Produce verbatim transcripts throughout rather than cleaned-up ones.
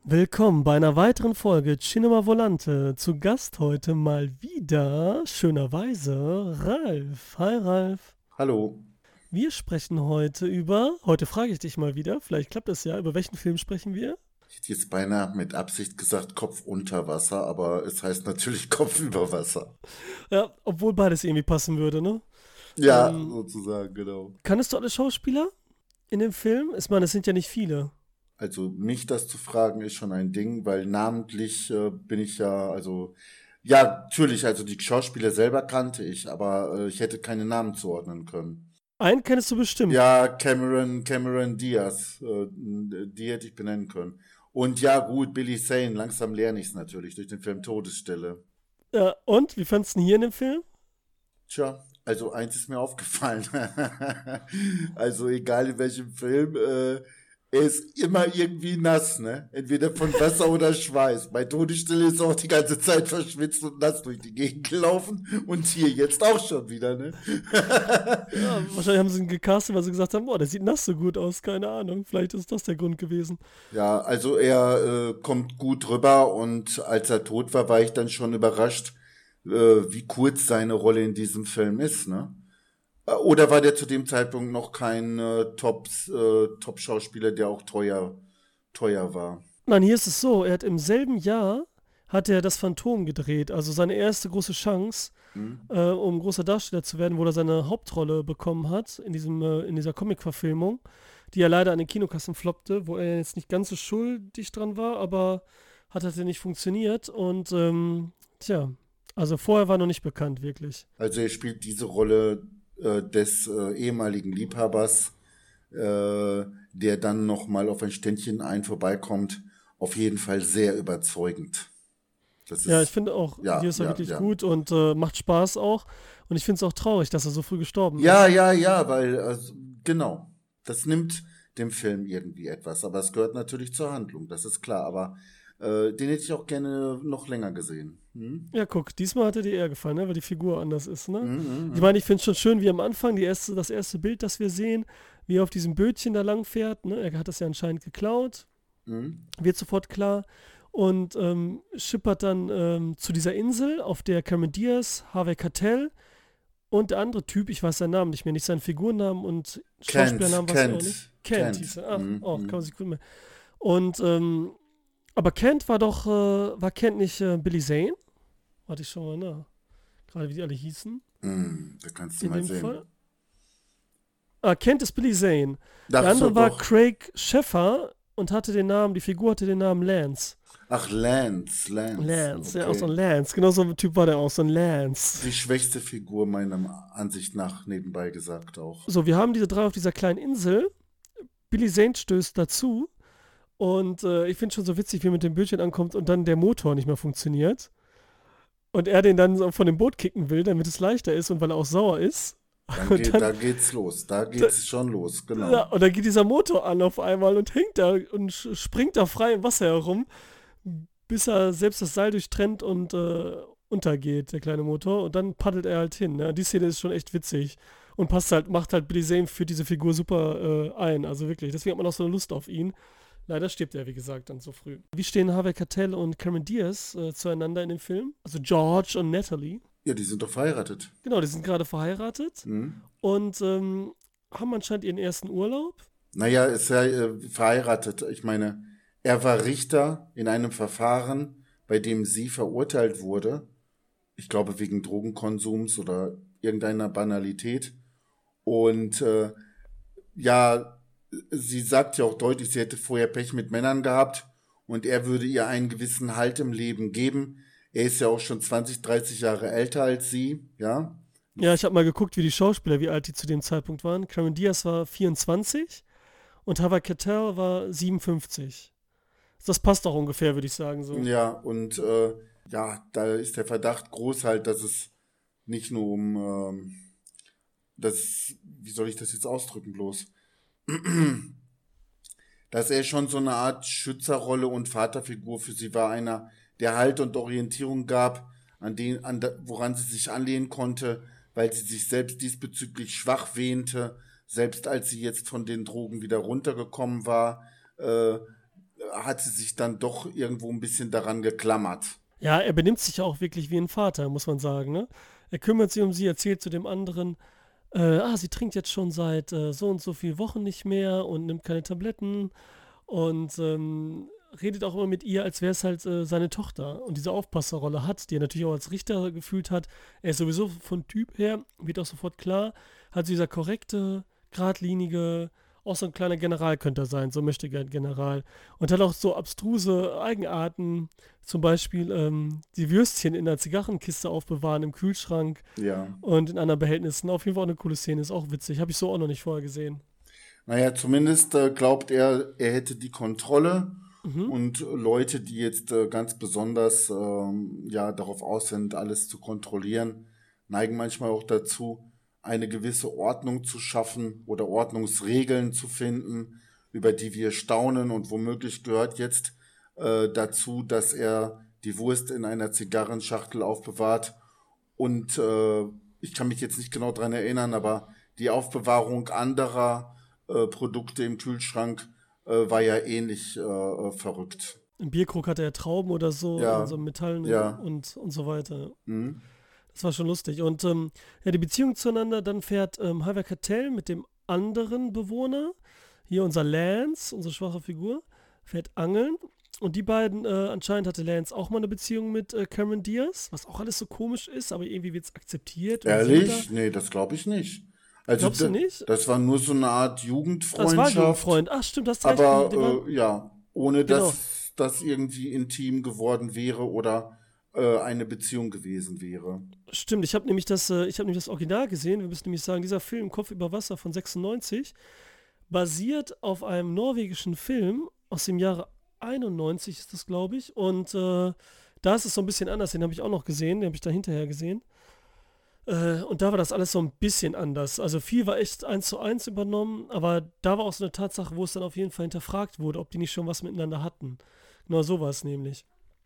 Willkommen bei einer weiteren Folge Cinema Volante. Zu Gast heute mal wieder, schönerweise, Ralf. Hi Ralf. Hallo. Wir sprechen heute über, heute frage ich dich mal wieder, vielleicht klappt es ja, über welchen Film sprechen wir? Ich hätte jetzt beinahe mit Absicht gesagt Kopf unter Wasser, aber es heißt natürlich Kopf über Wasser. Ja, obwohl beides irgendwie passen würde, ne? Ja, Ähm, sozusagen, genau. Kannst du alle Schauspieler in dem Film? Ich meine, es sind ja nicht viele. Also mich das zu fragen ist schon ein Ding, weil namentlich äh, bin ich ja, also ja, natürlich, also die Schauspieler selber kannte ich, aber äh, ich hätte keine Namen zuordnen können. Einen kennst du bestimmt. Ja, Cameron, Cameron Diaz, äh, die hätte ich benennen können. Und ja, gut, Billy Zane, langsam lerne ich es natürlich durch den Film Todesstelle. Ja, und, wie fandest du ihn hier in dem Film? Tja, also eins ist mir aufgefallen. Also egal in welchem Film, äh, er ist immer irgendwie nass, ne? Entweder von Wasser oder Schweiß. Bei Todesstille ist er auch die ganze Zeit verschwitzt und nass durch die Gegend gelaufen und hier jetzt auch schon wieder, ne? Ja, wahrscheinlich haben sie ihn gecastet, weil sie gesagt haben, boah, der sieht nass so gut aus, keine Ahnung. Vielleicht ist das der Grund gewesen. Ja, also er äh, kommt gut rüber und als er tot war, war ich dann schon überrascht, äh, wie kurz seine Rolle in diesem Film ist, ne? Äh, Oder war der zu dem Zeitpunkt noch kein äh, Top, äh, Top-Schauspieler, der auch teuer, teuer war? Nein, hier ist es so, er hat im selben Jahr hat er das Phantom gedreht, also seine erste große Chance, Hm? äh, um großer Darsteller zu werden, wo er seine Hauptrolle bekommen hat in diesem äh, in dieser Comic-Verfilmung, die ja leider an den Kinokassen floppte, wo er jetzt nicht ganz so schuldig dran war, aber hat halt nicht funktioniert und ähm, tja, also vorher war noch nicht bekannt wirklich. Also er spielt diese Rolle äh, des äh, ehemaligen Liebhabers, äh, der dann noch mal auf ein Ständchen ein vorbeikommt, auf jeden Fall sehr überzeugend. Das Ja, ich ist, finde auch, hier ja, ist er ja, wirklich ja. gut und äh, macht Spaß auch. Und ich finde es auch traurig, dass er so früh gestorben Ja, ist. ja, ja, weil, also, genau, das nimmt dem Film irgendwie etwas, aber es gehört natürlich zur Handlung, das ist klar, aber äh, den hätte ich auch gerne noch länger gesehen. Hm? Ja, guck, diesmal hat dir die eher gefallen, ne? Weil die Figur anders ist, ne? Hm, hm, Ich hm, meine, ich finde es schon schön, wie am Anfang die erste, das erste Bild, das wir sehen, wie er auf diesem Bötchen da lang fährt, ne? Er hat das ja anscheinend geklaut, hm. wird sofort klar. Und ähm, schippert dann ähm, zu dieser Insel, auf der Cameron Diaz, Harvey Keitel und der andere Typ, ich weiß seinen Namen nicht mehr, nicht seinen Figurnamen und Kent, Schauspielernamen weiß ich auch nicht. Kent, Kent hieß Kent. er. Ach, Hm, oh, kann man hm. sich gut mehr. Und, ähm, aber Kent war doch, äh, war Kent nicht äh, Billy Zane? Warte ich schon mal nach. Gerade wie die alle hießen. Hm, da kannst du In mal dem Fall. sehen. Ah, Kent ist Billy Zane. Der Ach so, andere war doch. Craig Sheffer und hatte den Namen, die Figur hatte den Namen Lance. Ach, Lance, Lance, Lance, ja, auch so okay. ein Lance. Genau so ein Typ war der auch, so ein Lance. Die schwächste Figur meiner Ansicht nach nebenbei gesagt auch. So, wir haben diese drei auf dieser kleinen Insel. Billy Zane stößt dazu. Und äh, ich finde schon so witzig, wie er mit dem Bildschirm ankommt und dann der Motor nicht mehr funktioniert. Und er den dann so von dem Boot kicken will, damit es leichter ist und weil er auch sauer ist. Dann Und geht, dann, da geht's los. Da da, geht's schon los, ja, genau. und dann geht dieser Motor an auf einmal und hängt da und springt da frei im Wasser herum, bis er selbst das Seil durchtrennt und äh, untergeht, der kleine Motor. Und dann paddelt er halt hin. Ne? Die Szene ist schon echt witzig. Und passt halt, macht halt Billy Zane für diese Figur super äh, ein. Also wirklich. Deswegen hat man auch so eine Lust auf ihn. Leider stirbt er, wie gesagt, dann so früh. Wie stehen Harvey Keitel und Cameron Diaz äh, zueinander in dem Film? Also George und Natalie. Ja, die sind doch verheiratet. Genau, die sind gerade verheiratet Hm? und ähm, haben anscheinend ihren ersten Urlaub. Naja, ist ja äh, verheiratet. Ich meine, er war Richter in einem Verfahren, bei dem sie verurteilt wurde. Ich glaube, wegen Drogenkonsums oder irgendeiner Banalität. Und äh, ja, sie sagt ja auch deutlich, sie hätte vorher Pech mit Männern gehabt und er würde ihr einen gewissen Halt im Leben geben. Er ist ja auch schon zwanzig, dreißig Jahre älter als sie, ja. Ja, ich habe mal geguckt, wie die Schauspieler, wie alt die zu dem Zeitpunkt waren. Cameron Diaz war vierundzwanzig und Harvey Keitel war siebenundfünfzig. Das passt auch ungefähr, würde ich sagen so. Ja, und äh, ja, da ist der Verdacht groß halt, dass es nicht nur um ähm, das, wie soll ich das jetzt ausdrücken bloß, dass er schon so eine Art Schützerrolle und Vaterfigur für sie war, einer, der Halt und Orientierung gab, an den, an, da- woran sie sich anlehnen konnte, weil sie sich selbst diesbezüglich schwach wähnte, selbst als sie jetzt von den Drogen wieder runtergekommen war, äh, hat sie sich dann doch irgendwo ein bisschen daran geklammert. Ja, er benimmt sich ja auch wirklich wie ein Vater, muss man sagen, ne? Er kümmert sich um sie, erzählt zu dem anderen, äh, ah, sie trinkt jetzt schon seit äh, so und so vielen Wochen nicht mehr und nimmt keine Tabletten und ähm, redet auch immer mit ihr, als wäre es halt äh, seine Tochter und diese Aufpasserrolle hat, die er natürlich auch als Richter gefühlt hat. Er ist sowieso von Typ her, wird auch sofort klar, hat so dieser korrekte, geradlinige, auch so ein kleiner General könnte er sein, so möchte gern General. Und hat auch so abstruse Eigenarten, zum Beispiel ähm, die Würstchen in der Zigarrenkiste aufbewahren im Kühlschrank Ja. und in anderen Behältnissen. Auf jeden Fall auch eine coole Szene, ist auch witzig. Habe ich so auch noch nicht vorher gesehen. Naja, zumindest äh, glaubt er, er hätte die Kontrolle Mhm. und Leute, die jetzt äh, ganz besonders ähm, ja, darauf aus sind, alles zu kontrollieren, neigen manchmal auch dazu, eine gewisse Ordnung zu schaffen oder Ordnungsregeln zu finden, über die wir staunen. Und womöglich gehört jetzt äh, dazu, dass er die Wurst in einer Zigarrenschachtel aufbewahrt. Und äh, ich kann mich jetzt nicht genau dran erinnern, aber die Aufbewahrung anderer äh, Produkte im Kühlschrank äh, war ja ähnlich äh, äh, verrückt. Im Bierkrug hatte er Trauben oder so in Ja, so Metallen ja. und, und so weiter. Mhm. Das war schon lustig. Und ähm, ja, die Beziehung zueinander, dann fährt ähm, Harvey Keitel mit dem anderen Bewohner, hier unser Lance, unsere schwache Figur, fährt angeln. Und die beiden, äh, anscheinend hatte Lance auch mal eine Beziehung mit äh, Cameron Diaz, was auch alles so komisch ist, aber irgendwie wird es akzeptiert. Und die sind da. Ehrlich? Nee, das glaube ich nicht. Also Glaubst du d- nicht? das war nur so eine Art Das war ein Jugendfreundschaft, Jugendfreund. Ach, stimmt, hast recht. Die, die waren, aber äh, ja, ohne genau. dass das irgendwie intim geworden wäre oder äh, eine Beziehung gewesen wäre. Stimmt, ich habe nämlich das, äh, ich habe nämlich das Original gesehen. Wir müssen nämlich sagen, dieser Film Kopf über Wasser von sechsundneunzig basiert auf einem norwegischen Film aus dem Jahre einundneunzig ist das, glaube ich. Und äh, da ist es so ein bisschen anders. Den habe ich auch noch gesehen. Den habe ich da hinterher gesehen. Äh, und da war das alles so ein bisschen anders. Also viel war echt eins zu eins übernommen, aber da war auch so eine Tatsache, wo es dann auf jeden Fall hinterfragt wurde, ob die nicht schon was miteinander hatten. Genau so war es nämlich.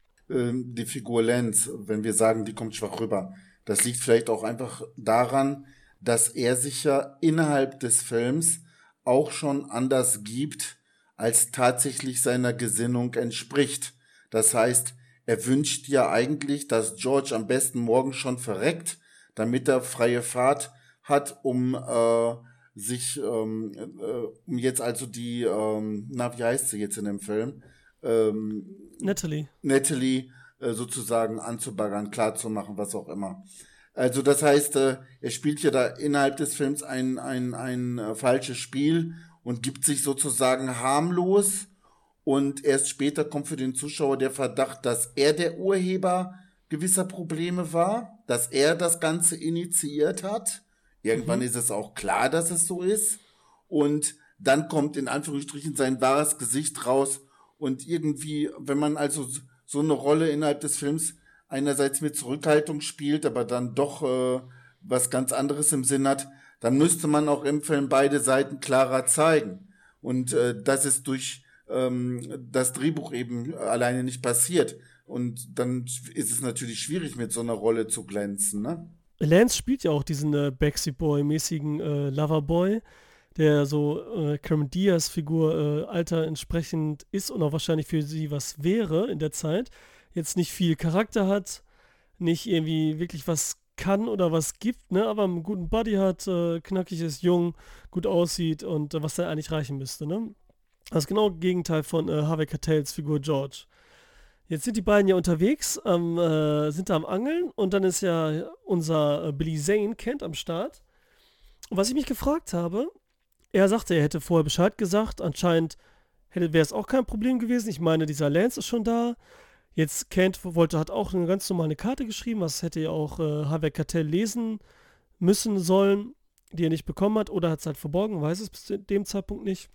Ähm, die Figur Lenz, wenn wir sagen, die kommt schwach rüber, das liegt vielleicht auch einfach daran, dass er sich ja innerhalb des Films auch schon anders gibt, als tatsächlich seiner Gesinnung entspricht. Das heißt, er wünscht ja eigentlich, dass George am besten morgen schon verreckt, damit er freie Fahrt hat, um äh, sich, ähm, äh, um jetzt also die, ähm, na, wie heißt sie jetzt in dem Film? Ähm, Natalie. Natalie äh, sozusagen anzubaggern, klarzumachen, was auch immer. Also das heißt, äh, er spielt ja da innerhalb des Films ein, ein, ein äh, falsches Spiel und gibt sich sozusagen harmlos. Und erst später kommt für den Zuschauer der Verdacht, dass er der Urheber gewisser Probleme war, dass er das Ganze initiiert hat. Irgendwann Mhm. ist es auch klar, dass es so ist. Und dann kommt in Anführungsstrichen sein wahres Gesicht raus. Und irgendwie, wenn man also so eine Rolle innerhalb des Films einerseits mit Zurückhaltung spielt, aber dann doch äh, was ganz anderes im Sinn hat, dann müsste man auch im Film beide Seiten klarer zeigen. Und äh, das ist durch ähm, das Drehbuch eben alleine nicht passiert. Und dann ist es natürlich schwierig, mit so einer Rolle zu glänzen, ne? Lance spielt ja auch diesen äh, Backstreet Boy-mäßigen äh, Loverboy, der so äh, Cameron Diaz Figur äh, Alter entsprechend ist und auch wahrscheinlich für sie was wäre in der Zeit. Jetzt nicht viel Charakter hat, nicht irgendwie wirklich was kann oder was gibt, ne, aber einen guten Body hat, äh, knackig ist, jung, gut aussieht und äh, was dann eigentlich reichen müsste, ne? Das genau Gegenteil von äh, Harvey Keitels Figur George. Jetzt sind die beiden ja unterwegs, ähm, äh, sind da am Angeln und dann ist ja unser äh, Billy Zane Kent am Start. Und was ich mich gefragt habe, er sagte, er hätte vorher Bescheid gesagt, anscheinend hätte wäre es auch kein Problem gewesen. Ich meine, dieser Lance ist schon da. Jetzt Kent wollte, hat auch eine ganz normale Karte geschrieben, was hätte ja auch äh, Harvey Keitel lesen müssen sollen, die er nicht bekommen hat, oder hat es halt verborgen, weiß es bis zu dem Zeitpunkt nicht.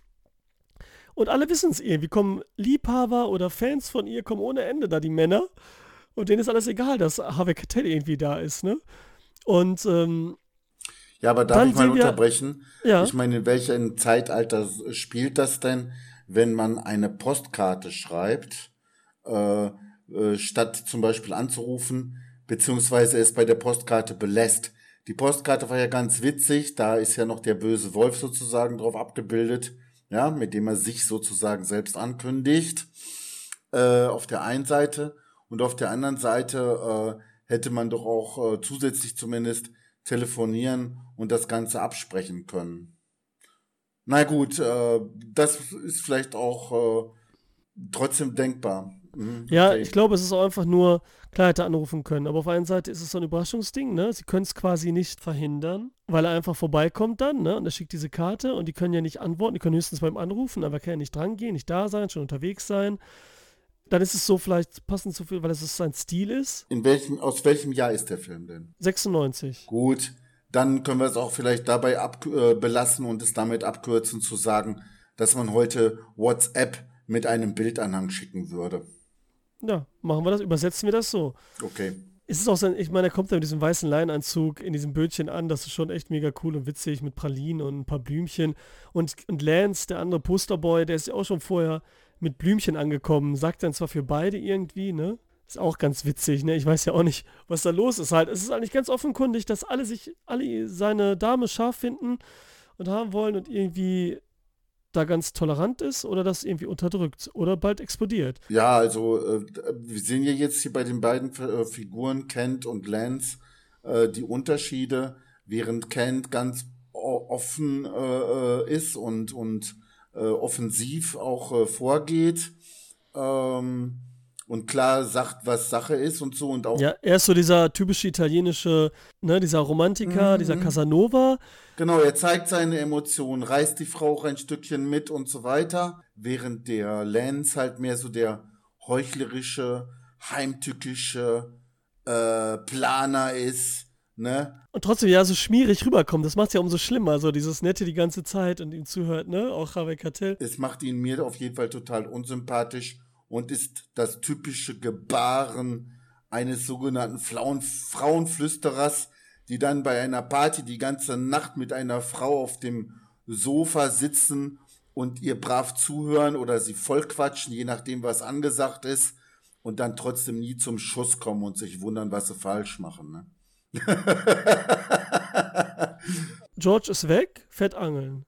Und alle wissen es irgendwie, kommen Liebhaber oder Fans von ihr, kommen ohne Ende da, die Männer. Und denen ist alles egal, dass Harvey Keitel irgendwie da ist, ne? Und ähm, Ja, aber darf dann ich mal sehen wir, unterbrechen? ja, Ich meine, in welchem Zeitalter spielt das denn, wenn man eine Postkarte schreibt, äh, äh, statt zum Beispiel anzurufen, beziehungsweise es bei der Postkarte belässt? Die Postkarte war ja ganz witzig, da ist ja noch der böse Wolf sozusagen drauf abgebildet, ja, mit dem er sich sozusagen selbst ankündigt, äh, auf der einen Seite. Und auf der anderen Seite äh, hätte man doch auch äh, zusätzlich zumindest telefonieren und das Ganze absprechen können. Na gut, äh, das ist vielleicht auch äh, trotzdem denkbar. Mhm, Ja, ich okay. glaube, es ist auch einfach nur, klar hätte er anrufen können, aber auf der einen Seite ist es so ein Überraschungsding, ne? Sie können es quasi nicht verhindern, weil er einfach vorbeikommt dann, ne? Und er schickt diese Karte und die können ja nicht antworten, die können höchstens beim Anrufen, aber er kann ja nicht drangehen, nicht da sein, schon unterwegs sein. Dann ist es so vielleicht passend zu viel, weil es sein Stil ist. In welchem, aus welchem Jahr ist der Film denn? sechsundneunzig. Gut, dann können wir es auch vielleicht dabei ab, äh, belassen und es damit abkürzen zu sagen, dass man heute WhatsApp mit einem Bildanhang schicken würde. Ja, machen wir das, übersetzen wir das so. Okay. Es ist auch sein, ich meine, er kommt da mit diesem weißen Leinenanzug in diesem Bötchen an, das ist schon echt mega cool und witzig mit Pralinen und ein paar Blümchen. Und, und Lance, der andere Posterboy, der ist ja auch schon vorher mit Blümchen angekommen, sagt dann zwar für beide irgendwie, ne? Ist auch ganz witzig, ne? Ich weiß ja auch nicht, was da los ist halt. Es ist eigentlich ganz offenkundig, dass alle sich, alle seine Dame scharf finden und haben wollen und irgendwie da ganz tolerant ist oder das irgendwie unterdrückt oder bald explodiert. Ja, also äh, wir sehen ja jetzt hier bei den beiden äh, Figuren, Kent und Lance, äh, die Unterschiede, während Kent ganz o- offen äh, äh, ist und, und äh, offensiv auch äh, vorgeht ähm, und klar sagt, was Sache ist und so und auch. Ja, er ist so dieser typische italienische, ne, dieser Romantiker, dieser Mhm. Casanova. Genau, er zeigt seine Emotionen, reißt die Frau auch ein Stückchen mit und so weiter, während der Lance halt mehr so der heuchlerische, heimtückische äh, Planer ist, ne? Und trotzdem ja so schmierig rüberkommt. Das macht ja umso schlimmer, so dieses Nette die ganze Zeit und ihm zuhört, ne? Auch Harvey Keitel. Es macht ihn mir auf jeden Fall total unsympathisch und ist das typische Gebaren eines sogenannten Frauen Frauenflüsterers, die dann bei einer Party die ganze Nacht mit einer Frau auf dem Sofa sitzen und ihr brav zuhören oder sie vollquatschen, je nachdem, was angesagt ist, und dann trotzdem nie zum Schuss kommen und sich wundern, was sie falsch machen. Ne? George ist weg, fährt angeln.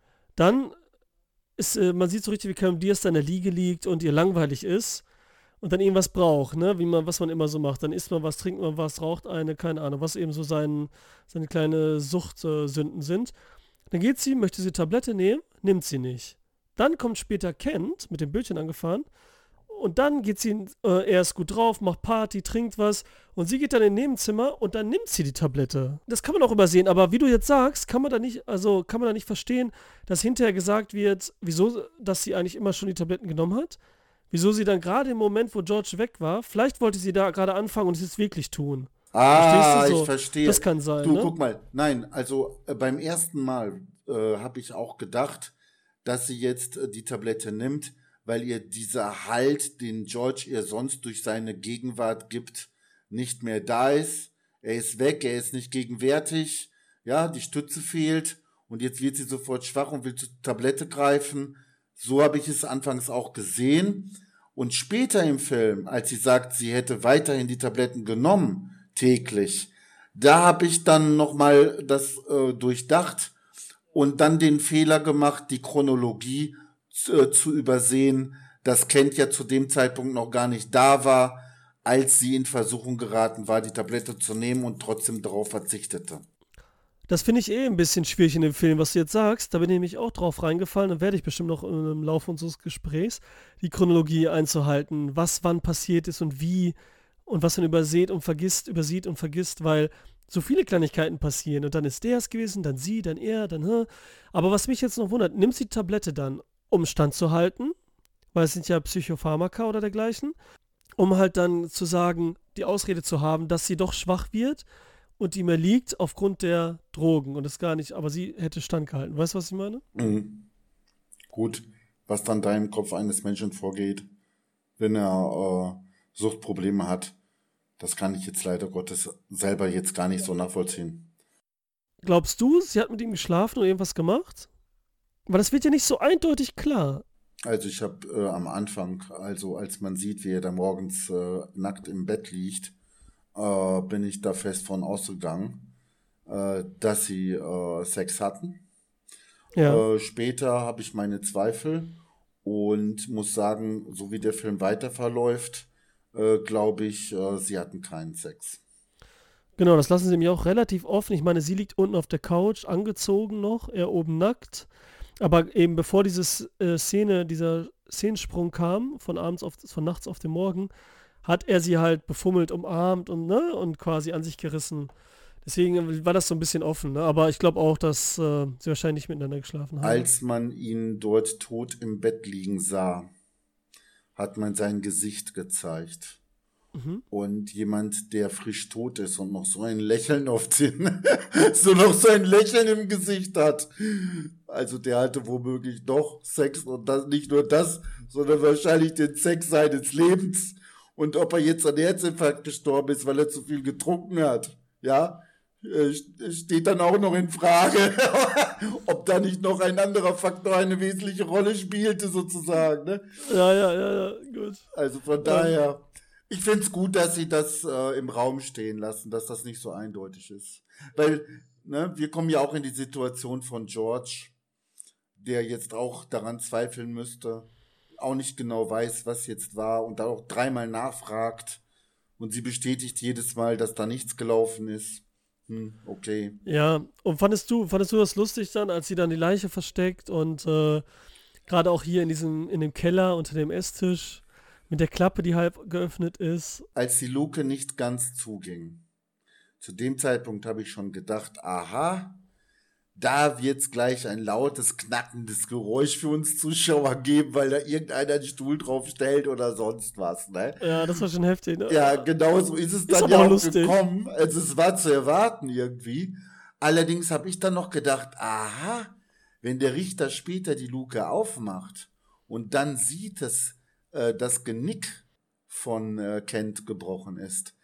Dann ist, äh, man sieht so richtig, wie Cameron Diaz da in der Liege liegt und ihr langweilig ist und dann irgendwas braucht, ne? Wie man, was man immer so macht. Dann isst man was, trinkt man was, raucht eine, keine Ahnung, was eben so sein, seine kleine Suchtsünden äh, sind. Dann geht sie, möchte sie Tablette nehmen, nimmt sie nicht. Dann kommt später Kent mit dem Bildchen angefahren und dann geht sie, äh, er ist gut drauf, macht Party, trinkt was und sie geht dann in Nebenzimmer und dann nimmt sie die Tablette. Das kann man auch übersehen, aber wie du jetzt sagst, kann man da nicht, also kann man da nicht verstehen, dass hinterher gesagt wird, wieso, dass sie eigentlich immer schon die Tabletten genommen hat. Wieso sie dann gerade im Moment, wo George weg war, vielleicht wollte sie da gerade anfangen und es jetzt wirklich tun. Verstehst du Ah, ich so? Das verstehe. kann sein, Du, ne? guck mal. Nein, also äh, beim ersten Mal äh, habe ich auch gedacht, dass sie jetzt äh, die Tablette nimmt, weil ihr dieser Halt, den George ihr sonst durch seine Gegenwart gibt, nicht mehr da ist. Er ist weg, er ist nicht gegenwärtig. Ja, die Stütze fehlt und jetzt wird sie sofort schwach und will zur Tablette greifen. So habe ich es anfangs auch gesehen. Und später im Film, als sie sagt, sie hätte weiterhin die Tabletten genommen, täglich. Da habe ich dann nochmal das äh, durchdacht und dann den Fehler gemacht, die Chronologie äh, zu übersehen. Das Kent ja zu dem Zeitpunkt noch gar nicht da war, als sie in Versuchung geraten war, die Tablette zu nehmen und trotzdem darauf verzichtete. Das finde ich eh ein bisschen schwierig in dem Film, was du jetzt sagst. Da bin ich nämlich auch drauf reingefallen und werde ich bestimmt noch im Laufe unseres Gesprächs die Chronologie einzuhalten, was wann passiert ist und wie und was man übersieht und vergisst, übersieht und vergisst, weil so viele Kleinigkeiten passieren und dann ist der es gewesen, dann sie, dann er, dann hä. Aber was mich jetzt noch wundert, nimmt sie die Tablette dann, um standzuhalten, weil es sind ja Psychopharmaka oder dergleichen, um halt dann zu sagen, die Ausrede zu haben, dass sie doch schwach wird und die mir liegt aufgrund der Drogen und es gar nicht, aber sie hätte standgehalten. Weißt du, was ich meine? Mhm. Gut, was dann da im Kopf eines Menschen vorgeht, wenn er äh, Suchtprobleme hat, das kann ich jetzt leider Gottes selber jetzt gar nicht so nachvollziehen. Glaubst du, sie hat mit ihm geschlafen oder irgendwas gemacht? Weil das wird ja nicht so eindeutig klar. Also ich habe äh, am Anfang, also als man sieht, wie er da morgens äh, nackt im Bett liegt, äh, bin ich da fest von ausgegangen, äh, dass sie äh, Sex hatten. Ja. Äh, später habe ich meine Zweifel und muss sagen, so wie der Film weiter verläuft, äh, glaube ich, äh, sie hatten keinen Sex. Genau, das lassen sie mir auch relativ offen. Ich meine, sie liegt unten auf der Couch, angezogen noch, er oben nackt. Aber eben bevor diese äh, Szene, dieser Szenensprung kam, von abends auf, von nachts auf den Morgen, hat er sie halt befummelt, umarmt und, ne, und quasi an sich gerissen. Deswegen war das so ein bisschen offen, ne? Aber ich glaube auch, dass äh, sie wahrscheinlich nicht miteinander geschlafen haben. Als man ihn dort tot im Bett liegen sah, hat man sein Gesicht gezeigt. Mhm. Und jemand, der frisch tot ist und noch so ein Lächeln auf den, so noch so ein Lächeln im Gesicht hat. Also der hatte womöglich doch Sex und das, nicht nur das, sondern wahrscheinlich den Sex seines Lebens. Und ob er jetzt an Herzinfarkt gestorben ist, weil er zu viel getrunken hat, ja, äh, steht dann auch noch in Frage, ob da nicht noch ein anderer Faktor eine wesentliche Rolle spielte, sozusagen. Ne? Ja, ja, ja, ja, gut. Also von daher, ich finde es gut, dass sie das äh, im Raum stehen lassen, dass das nicht so eindeutig ist. Weil, ne, wir kommen ja auch in die Situation von George, der jetzt auch daran zweifeln müsste, auch nicht genau weiß, was jetzt war und da auch dreimal nachfragt und sie bestätigt jedes Mal, dass da nichts gelaufen ist. Hm, okay. Ja, und fandest du, fandest du das lustig dann, als sie dann die Leiche versteckt und äh, gerade auch hier in diesem, in dem Keller unter dem Esstisch mit der Klappe, die halb geöffnet ist? Als die Luke nicht ganz zuging, zu dem Zeitpunkt habe ich schon gedacht, aha, da wird es gleich ein lautes, knackendes Geräusch für uns Zuschauer geben, weil da irgendeiner einen Stuhl drauf stellt oder sonst was, ne? Ja, das war schon heftig, ne? Ja, genau so ist es Ist dann aber ja auch auch lustig. gekommen. Also es war zu erwarten irgendwie. Allerdings habe ich dann noch gedacht, aha, wenn der Richter später die Luke aufmacht und dann sieht, dass äh, das Genick von äh, Kent gebrochen ist,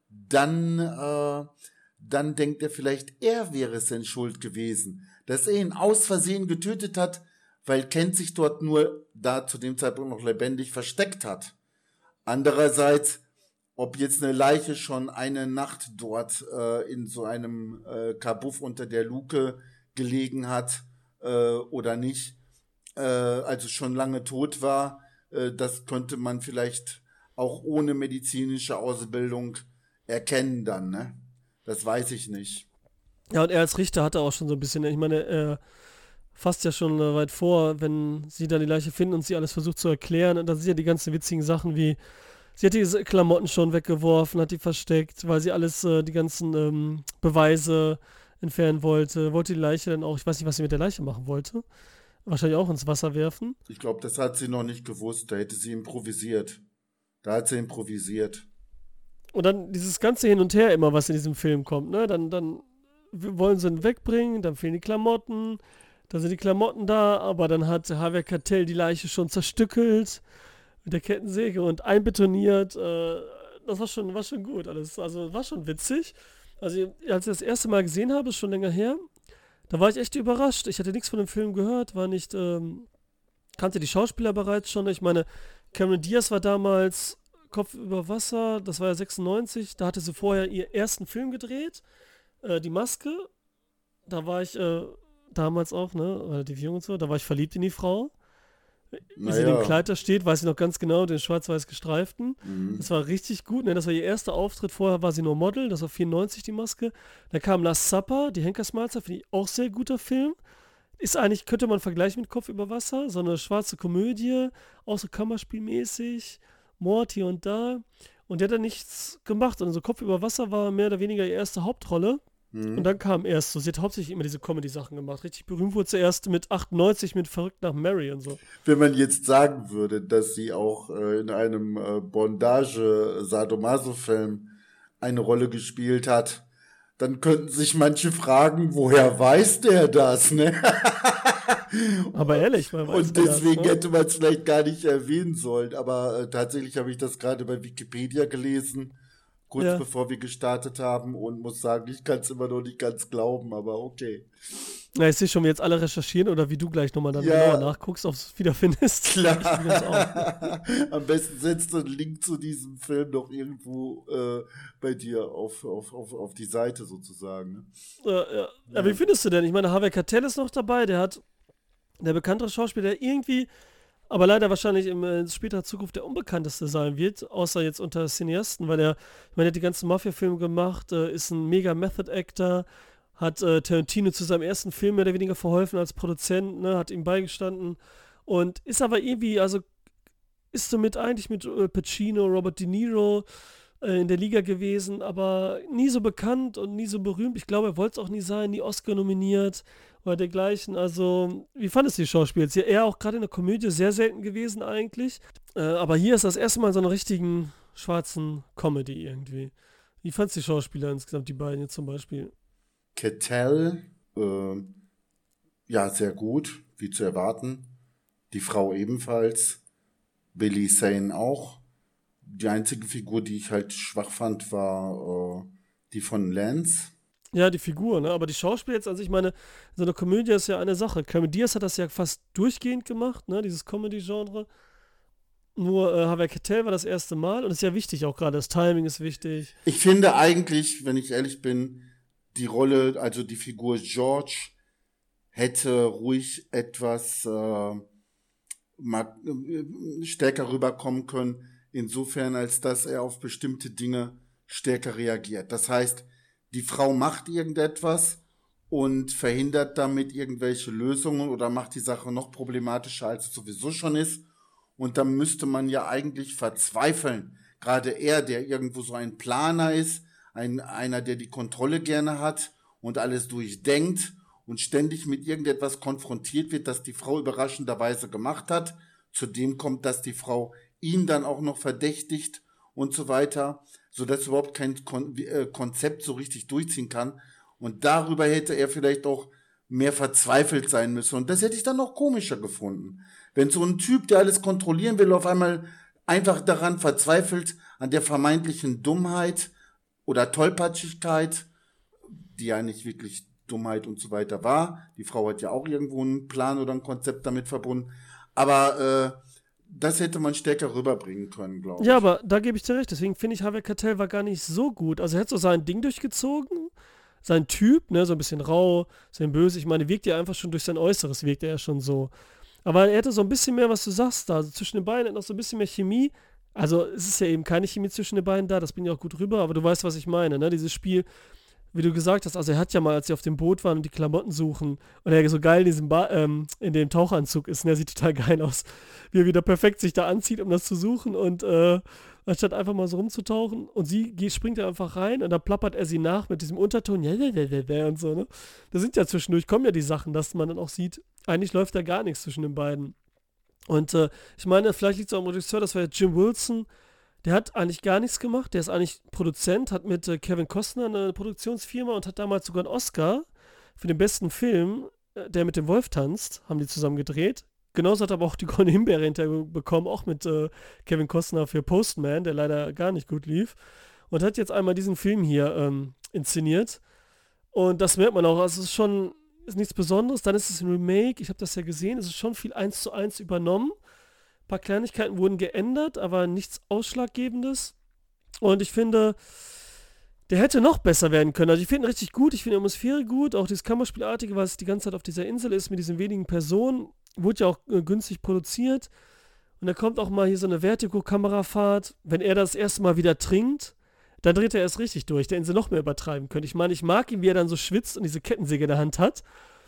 dann, äh, dann denkt er vielleicht, er wäre es in Schuld gewesen, dass er ihn aus Versehen getötet hat, weil Kent sich dort nur da zu dem Zeitpunkt noch lebendig versteckt hat. Andererseits, ob jetzt eine Leiche schon eine Nacht dort äh, in so einem äh, Kabuff unter der Luke gelegen hat äh, oder nicht, äh, also schon lange tot war, äh, das könnte man vielleicht auch ohne medizinische Ausbildung erkennen dann, ne? Das weiß ich nicht. Ja, und er als Richter hatte auch schon so ein bisschen, ich meine, er fasst ja schon äh, weit vor, wenn sie dann die Leiche finden und sie alles versucht zu erklären. Und da sind ja die ganzen witzigen Sachen wie, sie hat diese Klamotten schon weggeworfen, hat die versteckt, weil sie alles, äh, die ganzen ähm, Beweise entfernen wollte. Wollte die Leiche dann auch, ich weiß nicht, was sie mit der Leiche machen wollte. Wahrscheinlich auch ins Wasser werfen. Ich glaube, das hat sie noch nicht gewusst. Da hätte sie improvisiert. Da hat sie improvisiert. Und dann dieses ganze Hin und Her immer, was in diesem Film kommt, ne? Dann, dann wollen sie ihn wegbringen, dann fehlen die Klamotten, dann sind die Klamotten da, aber dann hat Javier Keitel die Leiche schon zerstückelt mit der Kettensäge und einbetoniert. Äh, das war schon, war schon gut alles. Also war schon witzig. Also als ich das erste Mal gesehen habe, ist schon länger her, da war ich echt überrascht. Ich hatte nichts von dem Film gehört, war nicht, ähm, kannte die Schauspieler bereits schon. Ich meine, Cameron Diaz war damals Kopf über Wasser, das war ja sechsundneunzig, da hatte sie vorher ihren ersten Film gedreht, äh, Die Maske, da war ich äh, damals auch, ne, relativ jung und so, da war ich verliebt in die Frau. Wie sie in dem Naja. Kleid da steht, weiß ich noch ganz genau, den schwarz-weiß gestreiften. Mhm. Das war richtig gut, ne, das war ihr erster Auftritt, vorher war sie nur Model, das war vierundneunzig die Maske. Dann kam Last Supper, die Henkersmalzer, finde ich auch sehr guter Film. Ist eigentlich, könnte man vergleichen mit Kopf über Wasser, so eine schwarze Komödie, auch so Kammerspielmäßig. Mord hier und da. Und der hat dann nichts gemacht. Und so Kopf über Wasser war mehr oder weniger ihre erste Hauptrolle. Mhm. Und dann kam erst so, sie hat hauptsächlich immer diese Comedy-Sachen gemacht. Richtig berühmt wurde sie erst mit achtundneunzig mit Verrückt nach Mary und so. Wenn man jetzt sagen würde, dass sie auch äh, in einem äh, Bondage-Sadomaso-Film eine Rolle gespielt hat, dann könnten sich manche fragen, woher weiß der das, ne? Aber ehrlich, man weiß Und wer deswegen das, ne? hätte man es vielleicht gar nicht erwähnen sollen. Aber äh, tatsächlich habe ich das gerade bei Wikipedia gelesen, kurz Ja. bevor wir gestartet haben und muss sagen, ich kann es immer noch nicht ganz glauben, aber okay. Na, ich sehe schon, wie jetzt alle recherchieren oder wie du gleich nochmal dann Ja. genauer nachguckst, ob du es wiederfindest. Ich probier's auch. Klar. Am besten setzt du einen Link zu diesem Film noch irgendwo äh, bei dir auf, auf, auf, auf die Seite sozusagen. Ne? Ja, ja. Aber wie findest du denn? Ich meine, Javier Keitel ist noch dabei, der hat der bekanntere Schauspieler, der irgendwie, aber leider wahrscheinlich im, in späterer Zukunft der unbekannteste sein wird, außer jetzt unter Cineasten, weil er, ich meine, er hat die ganzen Mafia-Filme gemacht, äh, ist ein mega Method-Actor, hat äh, Tarantino zu seinem ersten Film mehr oder weniger verholfen als Produzent, ne, hat ihm beigestanden und ist aber irgendwie, also ist somit eigentlich mit äh, Pacino, Robert De Niro äh, in der Liga gewesen, aber nie so bekannt und nie so berühmt. Ich glaube, er wollte es auch nie sein, nie Oscar nominiert oder dergleichen. Also, wie fandest du die Schauspieler jetzt? Ja, er auch gerade in der Komödie sehr selten gewesen eigentlich. Äh, aber hier ist das erste Mal in so einer richtigen schwarzen Comedy irgendwie. Wie fandest du die Schauspieler insgesamt, die beiden jetzt zum Beispiel? Kettel, äh, ja, sehr gut, wie zu erwarten. Die Frau ebenfalls. Billy Zane auch. Die einzige Figur, die ich halt schwach fand, war äh, die von Lance. Ja, die Figur, ne? Aber die Schauspieler jetzt, also ich meine, so eine Komödie ist ja eine Sache. Cameron Diaz hat das ja fast durchgehend gemacht, ne? Dieses Comedy-Genre. Nur äh, Harvey Keitel war das erste Mal und ist ja wichtig auch gerade. Das Timing ist wichtig. Ich finde eigentlich, wenn ich ehrlich bin, die Rolle, also die Figur George, hätte ruhig etwas äh, mal, äh, stärker rüberkommen können, insofern, als dass er auf bestimmte Dinge stärker reagiert. Das heißt, die Frau macht irgendetwas und verhindert damit irgendwelche Lösungen oder macht die Sache noch problematischer, als es sowieso schon ist. Und dann müsste man ja eigentlich verzweifeln. Gerade er, der irgendwo so ein Planer ist, ein, einer, der die Kontrolle gerne hat und alles durchdenkt und ständig mit irgendetwas konfrontiert wird, das die Frau überraschenderweise gemacht hat. Zudem kommt, dass die Frau ihn dann auch noch verdächtigt und so weiter, sodass überhaupt kein Kon- äh, Konzept so richtig durchziehen kann. Und darüber hätte er vielleicht auch mehr verzweifelt sein müssen. Und das hätte ich dann noch komischer gefunden. Wenn so ein Typ, der alles kontrollieren will, auf einmal einfach daran verzweifelt, an der vermeintlichen Dummheit oder Tollpatschigkeit, die ja nicht wirklich Dummheit und so weiter war. Die Frau hat ja auch irgendwo einen Plan oder ein Konzept damit verbunden. Aber äh, das hätte man stärker rüberbringen können, glaube Ja, ich. aber da gebe ich dir recht. Deswegen finde ich, Harvey Keitel war gar nicht so gut. Also er hat so sein Ding durchgezogen, sein Typ, ne, so ein bisschen rau, bisschen böse. Ich meine, wirkt ja einfach schon durch sein Äußeres, wirkt er ja schon so. Aber er hätte so ein bisschen mehr, was du sagst da. Also zwischen den beiden hat noch so ein bisschen mehr Chemie. Also es ist ja eben keine Chemie zwischen den beiden da, das bringt ja auch gut rüber, aber du weißt, was ich meine, ne? Dieses Spiel, wie du gesagt hast, also er hat ja mal, als sie auf dem Boot waren und die Klamotten suchen und er so geil in diesem ba ähm, in dem Tauchanzug ist, und er sieht total geil aus, wie er wieder perfekt sich da anzieht, um das zu suchen und äh, anstatt einfach mal so rumzutauchen und sie geht, springt er einfach rein und dann plappert er sie nach mit diesem Unterton, ja, ja, ja, ja, ja und so, ne? Da sind ja zwischendurch, kommen ja die Sachen, dass man dann auch sieht, eigentlich läuft da gar nichts zwischen den beiden. Und äh, ich meine, vielleicht liegt es auch am Regisseur, das war ja Jim Wilson, der hat eigentlich gar nichts gemacht, der ist eigentlich Produzent, hat mit äh, Kevin Costner eine Produktionsfirma und hat damals sogar einen Oscar für den besten Film, äh, der mit dem Wolf tanzt, haben die zusammen gedreht. Genauso hat er aber auch die Goldene Himbeere hinterher bekommen, auch mit äh, Kevin Costner für Postman, der leider gar nicht gut lief. Und hat jetzt einmal diesen Film hier ähm, inszeniert. Und das merkt man auch, also es ist schon ist nichts Besonderes. Dann ist es ein Remake, ich habe das ja gesehen, es ist schon viel eins zu eins übernommen. Ein paar Kleinigkeiten wurden geändert, aber nichts Ausschlaggebendes. Und ich finde, der hätte noch besser werden können. Also ich finde ihn richtig gut, ich finde die Atmosphäre gut, auch dieses Kammerspielartige, was die ganze Zeit auf dieser Insel ist, mit diesen wenigen Personen, wurde ja auch äh, günstig produziert. Und da kommt auch mal hier so eine Vertigo-Kamerafahrt. Wenn er das erste Mal wieder trinkt, dann dreht er erst richtig durch, der ihn sie noch mehr übertreiben könnte. Ich meine, ich mag ihn, wie er dann so schwitzt und diese Kettensäge in der Hand hat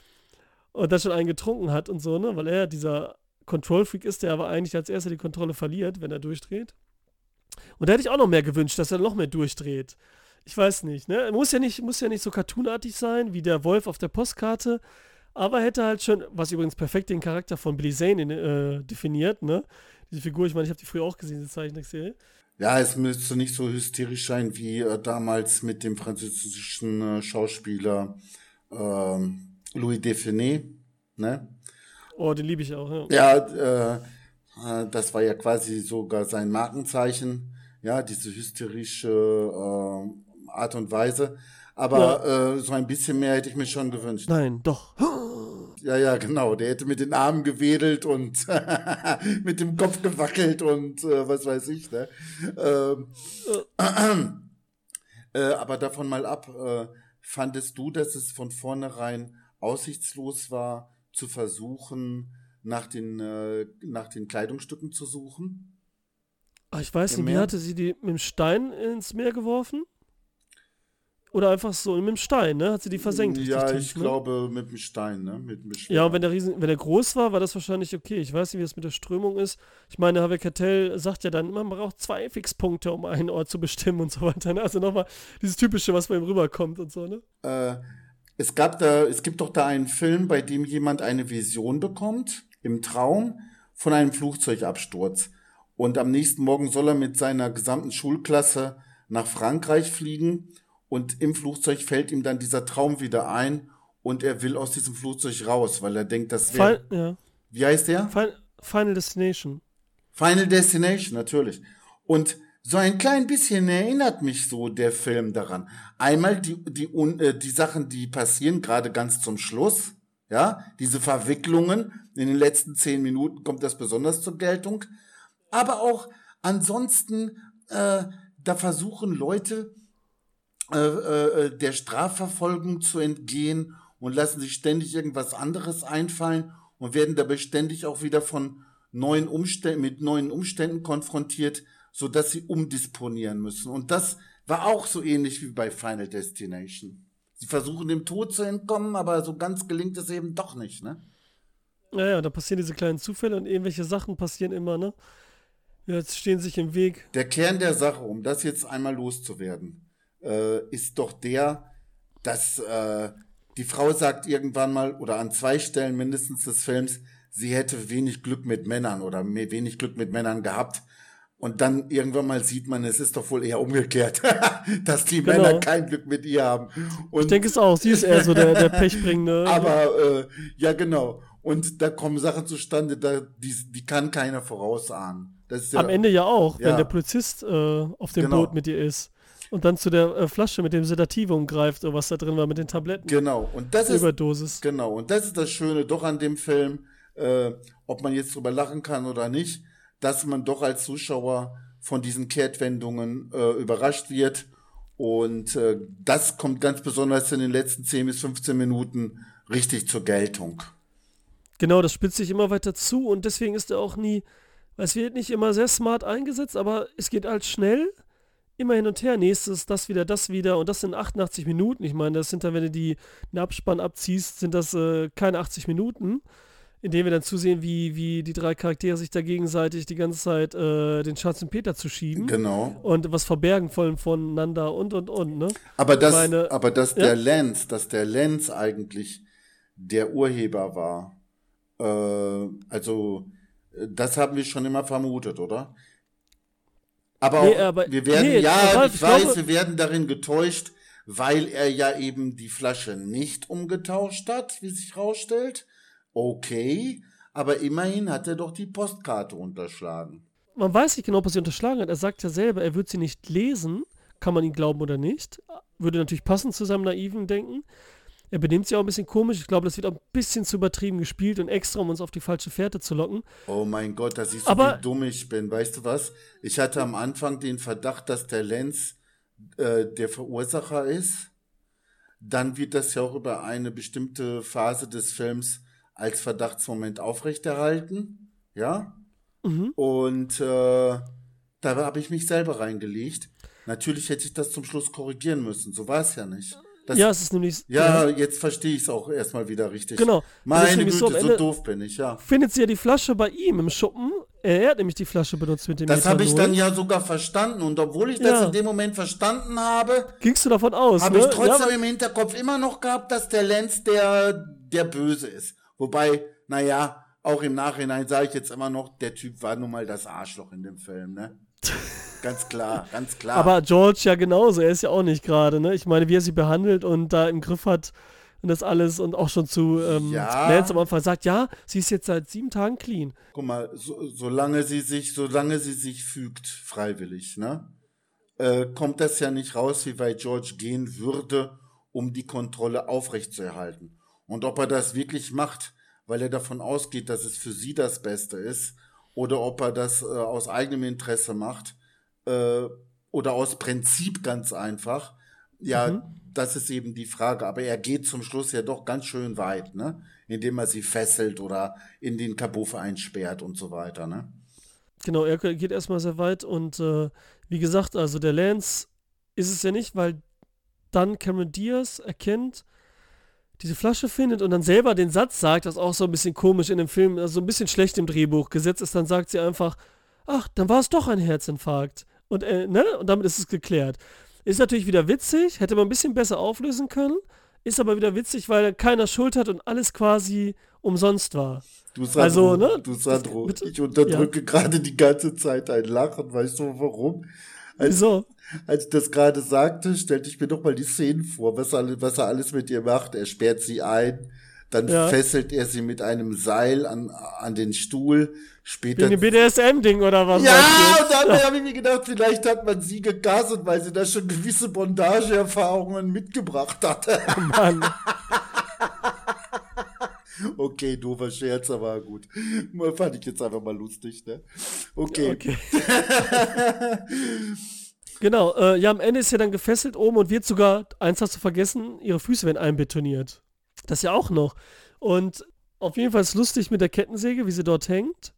und das schon einen getrunken hat und so, ne, weil er dieser Control-Freak ist, der aber eigentlich als erster die Kontrolle verliert, wenn er durchdreht. Und da hätte ich auch noch mehr gewünscht, dass er noch mehr durchdreht. Ich weiß nicht, ne? Muss ja nicht, muss ja nicht so cartoonartig sein, wie der Wolf auf der Postkarte, aber hätte halt schon, was übrigens perfekt den Charakter von Billy Zane äh, definiert, ne? Diese Figur, ich meine, ich habe die früher auch gesehen, diese Zeichentrickserie. Ja, es müsste nicht so hysterisch sein wie äh, damals mit dem französischen äh, Schauspieler ähm, Louis Define, ne? Oh, den liebe ich auch, ja. Ja, äh, äh, das war ja quasi sogar sein Markenzeichen, ja, diese hysterische äh, Art und Weise. Ja, Aber äh, so ein bisschen mehr hätte ich mir schon gewünscht. nein, doch. Ja, ja, genau. Der hätte mit den Armen gewedelt und mit dem Kopf gewackelt und äh, was weiß ich, ne? Ähm, äh, aber davon mal ab, äh, fandest du, dass es von vornherein aussichtslos war, zu versuchen, nach den, äh, nach den Kleidungsstücken zu suchen Ach, ich weiß im nicht, wie Meer. hatte sie die mit dem Stein ins Meer geworfen? Oder einfach so mit dem Stein, ne? Hat sie die versenkt richtig Ja, ich tief, ne? glaube mit dem Stein, ne? Mit dem Ja, und wenn Schwert. der Riesen, wenn der groß war, war das wahrscheinlich okay. Ich weiß nicht, wie das mit der Strömung ist. Ich meine, Harvey Keitel sagt ja dann, man braucht zwei Fixpunkte, um einen Ort zu bestimmen und so weiter. Ne? Also nochmal dieses Typische, was bei ihm rüberkommt und so, ne? Äh, es gab da, es gibt doch da einen Film, bei dem jemand eine Vision bekommt, im Traum, von einem Flugzeugabsturz. Und am nächsten Morgen soll er mit seiner gesamten Schulklasse nach Frankreich fliegen. Und im Flugzeug fällt ihm dann dieser Traum wieder ein. Und er will aus diesem Flugzeug raus, weil er denkt, das wäre, Final, ja. wie heißt der? Final, Final Destination. Final Destination, natürlich. Und so ein klein bisschen erinnert mich so der Film daran. Einmal die, die, un- äh, die Sachen, die passieren, gerade ganz zum Schluss, ja, diese Verwicklungen, in den letzten zehn Minuten kommt das besonders zur Geltung. Aber auch ansonsten, äh, da versuchen Leute, äh, äh, der Strafverfolgung zu entgehen und lassen sich ständig irgendwas anderes einfallen und werden dabei ständig auch wieder von neuen Umständen, mit neuen Umständen konfrontiert, sodass sie umdisponieren müssen. Und das war auch so ähnlich wie bei Final Destination. Sie versuchen dem Tod zu entkommen, aber so ganz gelingt es eben doch nicht, ne? Ja, ja, da passieren diese kleinen Zufälle und irgendwelche Sachen passieren immer, ne? Ja, jetzt stehen sich im Weg. Der Kern der Sache, um das jetzt einmal loszuwerden, äh, ist doch der, dass äh, die Frau sagt irgendwann mal, oder an zwei Stellen mindestens des Films, sie hätte wenig Glück mit Männern oder me- wenig Glück mit Männern gehabt. Und dann irgendwann mal sieht man, es ist doch wohl eher umgekehrt, dass die Männer Genau. kein Glück mit ihr haben. Ich Und denke es auch. Sie ist eher so der, der Pechbringende. Ne? aber äh, ja, genau. Und da kommen Sachen zustande, da, die, die kann keiner vorausahnen. Das ist Am ja, Ende ja auch, wenn der ja, Polizist äh, auf dem Boot genau. mit ihr ist und dann zu der äh, Flasche mit dem Sedativum greift oder was da drin war mit den Tabletten. Genau, und das ist, Überdosis. genau, und das ist das Schöne doch an dem Film, äh, ob man jetzt drüber lachen kann oder nicht, dass man doch als Zuschauer von diesen Kehrtwendungen äh, überrascht wird. Und äh, das kommt ganz besonders in den letzten zehn bis fünfzehn Minuten richtig zur Geltung. Genau, das spitzt sich immer weiter zu und deswegen ist er auch nie, es wird nicht immer sehr smart eingesetzt, aber es geht halt schnell, immer hin und her. Nächstes, das wieder, das wieder und das sind achtundachtzig Minuten. Ich meine, das sind dann, wenn du die, den Abspann abziehst, sind das äh, keine achtzig Minuten, in denen wir dann zusehen, wie, wie die drei Charaktere sich da gegenseitig die ganze Zeit äh, den schwarzen Peter zu schieben Genau. und was verbergen wollen voneinander und und und, ne? Aber Ich dass, meine, aber dass ja, der Lenz, dass der Lenz eigentlich der Urheber war, äh, also äh, das haben wir schon immer vermutet, oder? Aber nee, auch, aber, wir werden, nee, ja, Ralf, ich ich weiß, glaube, wir werden darin getäuscht, weil er ja eben die Flasche nicht umgetauscht hat, wie sich rausstellt. Okay, aber immerhin hat er doch die Postkarte unterschlagen. man weiß nicht genau, ob er sie unterschlagen hat. Er sagt ja selber, er wird sie nicht lesen. Kann man ihm glauben oder nicht? Würde natürlich passen zu seinem naiven Denken. Er benimmt sich auch ein bisschen komisch. Ich glaube, das wird auch ein bisschen zu übertrieben gespielt und extra, um uns auf die falsche Fährte zu locken. Oh mein Gott, da siehst du, wie Aber, dumm ich bin. Weißt du was? Ich hatte am Anfang den Verdacht, dass der Lenz äh, der Verursacher ist. Dann wird das ja auch über eine bestimmte Phase des Films als Verdachtsmoment aufrechterhalten. Ja? mhm. Und äh, da habe ich mich selber reingelegt. Natürlich hätte ich das zum Schluss korrigieren müssen. So war es ja nicht. Das, Ja, es ist nämlich, ja, ja, jetzt verstehe ich es auch erstmal wieder richtig. genau. Es ist Meine nämlich so, am Güte, so Ende doof bin ich, ja. findet sie ja die Flasche bei ihm im Schuppen. Er hat nämlich die Flasche benutzt mit dem Das habe ich dann Methanol. ja sogar verstanden. Und obwohl ich das in Ja, dem Moment verstanden habe, gingst du davon aus, habe ich ne? Ja, trotzdem weil, im Hinterkopf immer noch gehabt, dass der Lenz der, der Böse ist. Wobei, naja, auch im Nachhinein sage ich jetzt immer noch, der Typ war nun mal das Arschloch in dem Film, ne? Ganz klar, ganz aber klar. George ja genauso. Er ist ja auch nicht gerade, ne? Ich meine, wie er sie behandelt und da im Griff hat und das alles und auch schon zu ähm, Lance am Ja, Anfang sagt, ja, sie ist jetzt seit sieben Tagen clean. guck mal, so, solange sie sich, solange sie sich fügt, freiwillig, ne? Äh, kommt das ja nicht raus, wie weit George gehen würde, um die Kontrolle aufrechtzuerhalten. Und ob er das wirklich macht, weil er davon ausgeht, dass es für sie das Beste ist, oder ob er das äh, aus eigenem Interesse macht, äh, oder aus Prinzip ganz einfach, Ja, Mhm. das ist eben die Frage. Aber er geht zum Schluss ja doch ganz schön weit, ne? Indem er sie fesselt oder in den Kabuff einsperrt und so weiter, ne? Genau, er geht erstmal sehr weit und äh, wie gesagt, also der Lance ist es ja nicht, weil dann Cameron Diaz erkennt, diese Flasche findet und dann selber den Satz sagt, das ist auch so ein bisschen komisch in dem Film, also so ein bisschen schlecht im Drehbuch gesetzt ist, dann sagt sie einfach, ach, dann war es doch ein Herzinfarkt. Und, äh, ne? Und damit ist es geklärt. Ist natürlich wieder witzig, hätte man ein bisschen besser auflösen können, ist aber wieder witzig, weil keiner Schuld hat und alles quasi umsonst war. Du Also, Sandro, ne? du Das, Sandro, bitte? ich Ja. unterdrücke gerade die ganze Zeit ein Lachen, weißt du warum? Als, Wieso? als ich das gerade sagte, stellte ich mir doch mal die Szenen vor, was, alle, was er alles mit ihr macht. Er sperrt sie ein, dann Ja. fesselt er sie mit einem Seil an, an den Stuhl, Wegen später. dem B D S M-Ding oder was Ja, meinst du und jetzt? dann habe ich mir gedacht, vielleicht hat man sie gegasset, weil sie da schon gewisse Bondageerfahrungen mitgebracht hatte. Oh Mann. Okay, doofer Scherz, aber gut. Fand ich jetzt einfach mal lustig, ne? Okay. Okay. Genau, äh, ja, am Ende ist sie dann gefesselt oben und wird sogar, eins hast du vergessen, ihre Füße werden einbetoniert. Das ja auch noch. Und auf jeden Fall ist es lustig mit der Kettensäge, wie sie dort hängt,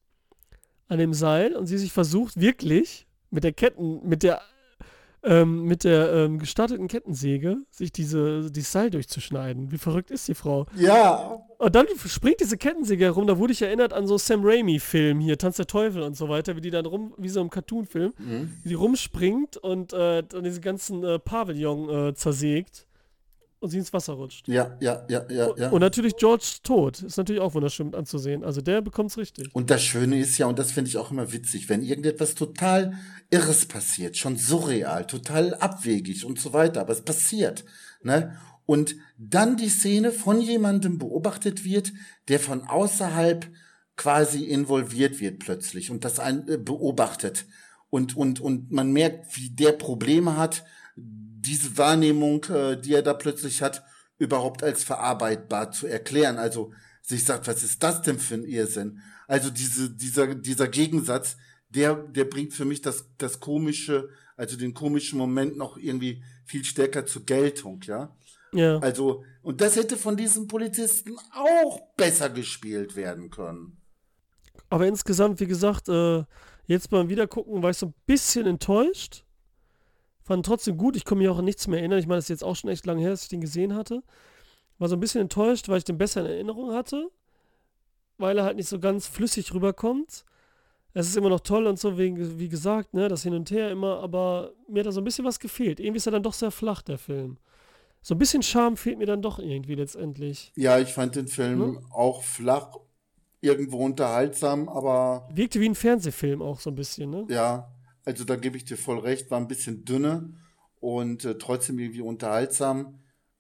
an dem Seil und sie sich versucht, wirklich mit der Ketten, mit der, ähm, mit der ähm, gestarteten Kettensäge, sich diese, dieses Seil durchzuschneiden. Wie verrückt ist die Frau? Ja, Und dann springt diese Kettensäge herum, da wurde ich erinnert an so Sam Raimi-Film hier, Tanz der Teufel und so weiter, wie die dann rum, wie so im Cartoon-Film, wie die rumspringt und äh, dann diese ganzen äh, Pavillon äh, zersägt und sie ins Wasser rutscht. ja, ja, ja, ja, Und, ja. und natürlich George tot, ist natürlich auch wunderschön mit anzusehen. Also der bekommt's richtig. Und das Schöne ist ja, und das finde ich auch immer witzig, wenn irgendetwas total Irres passiert, schon surreal, total abwegig und so weiter, aber es passiert, ne? Und dann die Szene von jemandem beobachtet wird, der von außerhalb quasi involviert wird plötzlich und das ein, äh, beobachtet. Und, und, und man merkt, wie der Probleme hat, diese Wahrnehmung, äh, die er da plötzlich hat, überhaupt als verarbeitbar zu erklären. Also sich sagt, was ist das denn für ein Irrsinn? Also diese, dieser, dieser Gegensatz, der, der bringt für mich das, das komische, also den komischen Moment noch irgendwie viel stärker zur Geltung, ja. Ja. Also, und das hätte von diesen Polizisten auch besser gespielt werden können. Aber insgesamt, wie gesagt, äh, jetzt beim Wiedergucken war ich so ein bisschen enttäuscht. Fand trotzdem gut, ich kann mich auch an nichts mehr erinnern. Ich meine, das ist jetzt auch schon echt lange her, dass ich den gesehen hatte. War so ein bisschen enttäuscht, weil ich den besser in Erinnerung hatte. Weil er halt nicht so ganz flüssig rüberkommt. Es ist immer noch toll und so, wegen, wie gesagt, ne, das Hin und Her immer, aber mir hat da so ein bisschen was gefehlt. Irgendwie ist er dann doch sehr flach, der Film. So ein bisschen Charme fehlt mir dann doch irgendwie letztendlich. Ja, ich fand den Film Ne? auch flach, irgendwo unterhaltsam, aber Wirkte wie ein Fernsehfilm auch so ein bisschen, ne? ja, also da gebe ich dir voll recht, war ein bisschen dünne und äh, trotzdem irgendwie unterhaltsam.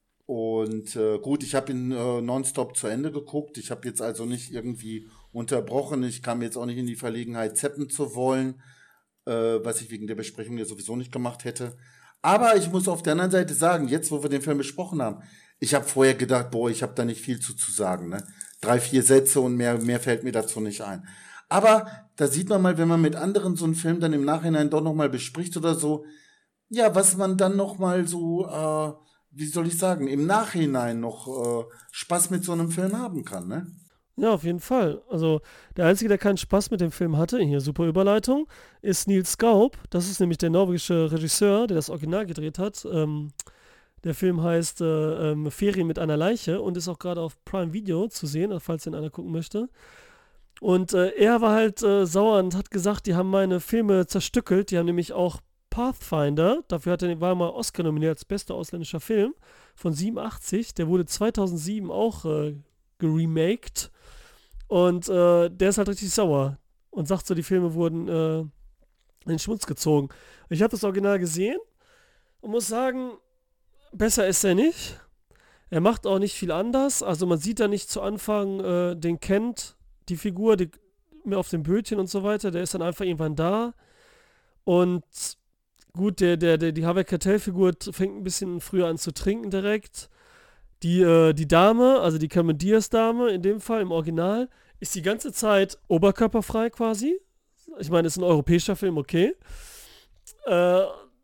Und äh, gut, ich habe ihn äh, nonstop zu Ende geguckt. Ich habe jetzt also nicht irgendwie unterbrochen. Ich kam jetzt auch nicht in die Verlegenheit, zappen zu wollen, äh, was ich wegen der Besprechung ja sowieso nicht gemacht hätte. Aber ich muss auf der anderen Seite sagen, jetzt, wo wir den Film besprochen haben, ich habe vorher gedacht, boah, ich habe da nicht viel zu, zu sagen. Ne? Drei, vier Sätze und mehr, mehr fällt mir dazu nicht ein. Aber da sieht man mal, wenn man mit anderen so einen Film dann im Nachhinein doch nochmal bespricht oder so, ja, was man dann nochmal so, äh, wie soll ich sagen, im Nachhinein noch äh, Spaß mit so einem Film haben kann, ne? Ja, auf jeden Fall. Also der Einzige, der keinen Spaß mit dem Film hatte, hier super Überleitung, ist Niels Gaup. Das ist nämlich der norwegische Regisseur, der das Original gedreht hat. Ähm, der Film heißt äh, ähm, Ferien mit einer Leiche und ist auch gerade auf Prime Video zu sehen, falls den einer gucken möchte. Und äh, er war halt äh, sauer und hat gesagt, die haben meine Filme zerstückelt. Die haben nämlich auch Pathfinder, dafür hat er, war er mal Oscar nominiert als bester ausländischer Film von siebenundachtzig. Der wurde zweitausendsieben auch äh, geremaked. Und äh, der ist halt richtig sauer und sagt so, die Filme wurden äh, in den Schmutz gezogen. Ich habe das Original gesehen und muss sagen, besser ist er nicht. Er macht auch nicht viel anders. Also man sieht da nicht zu Anfang äh, den Kent, die Figur, die, mehr auf dem Bötchen und so weiter. Der ist dann einfach irgendwann da. Und gut, der, der, der, die Harvey Keitel-Figur fängt ein bisschen früher an zu trinken direkt. Die, äh, die Dame, also die Cameron Diaz-Dame in dem Fall, im Original, ist die ganze Zeit oberkörperfrei quasi. Ich meine, ist ein europäischer Film, okay. Äh,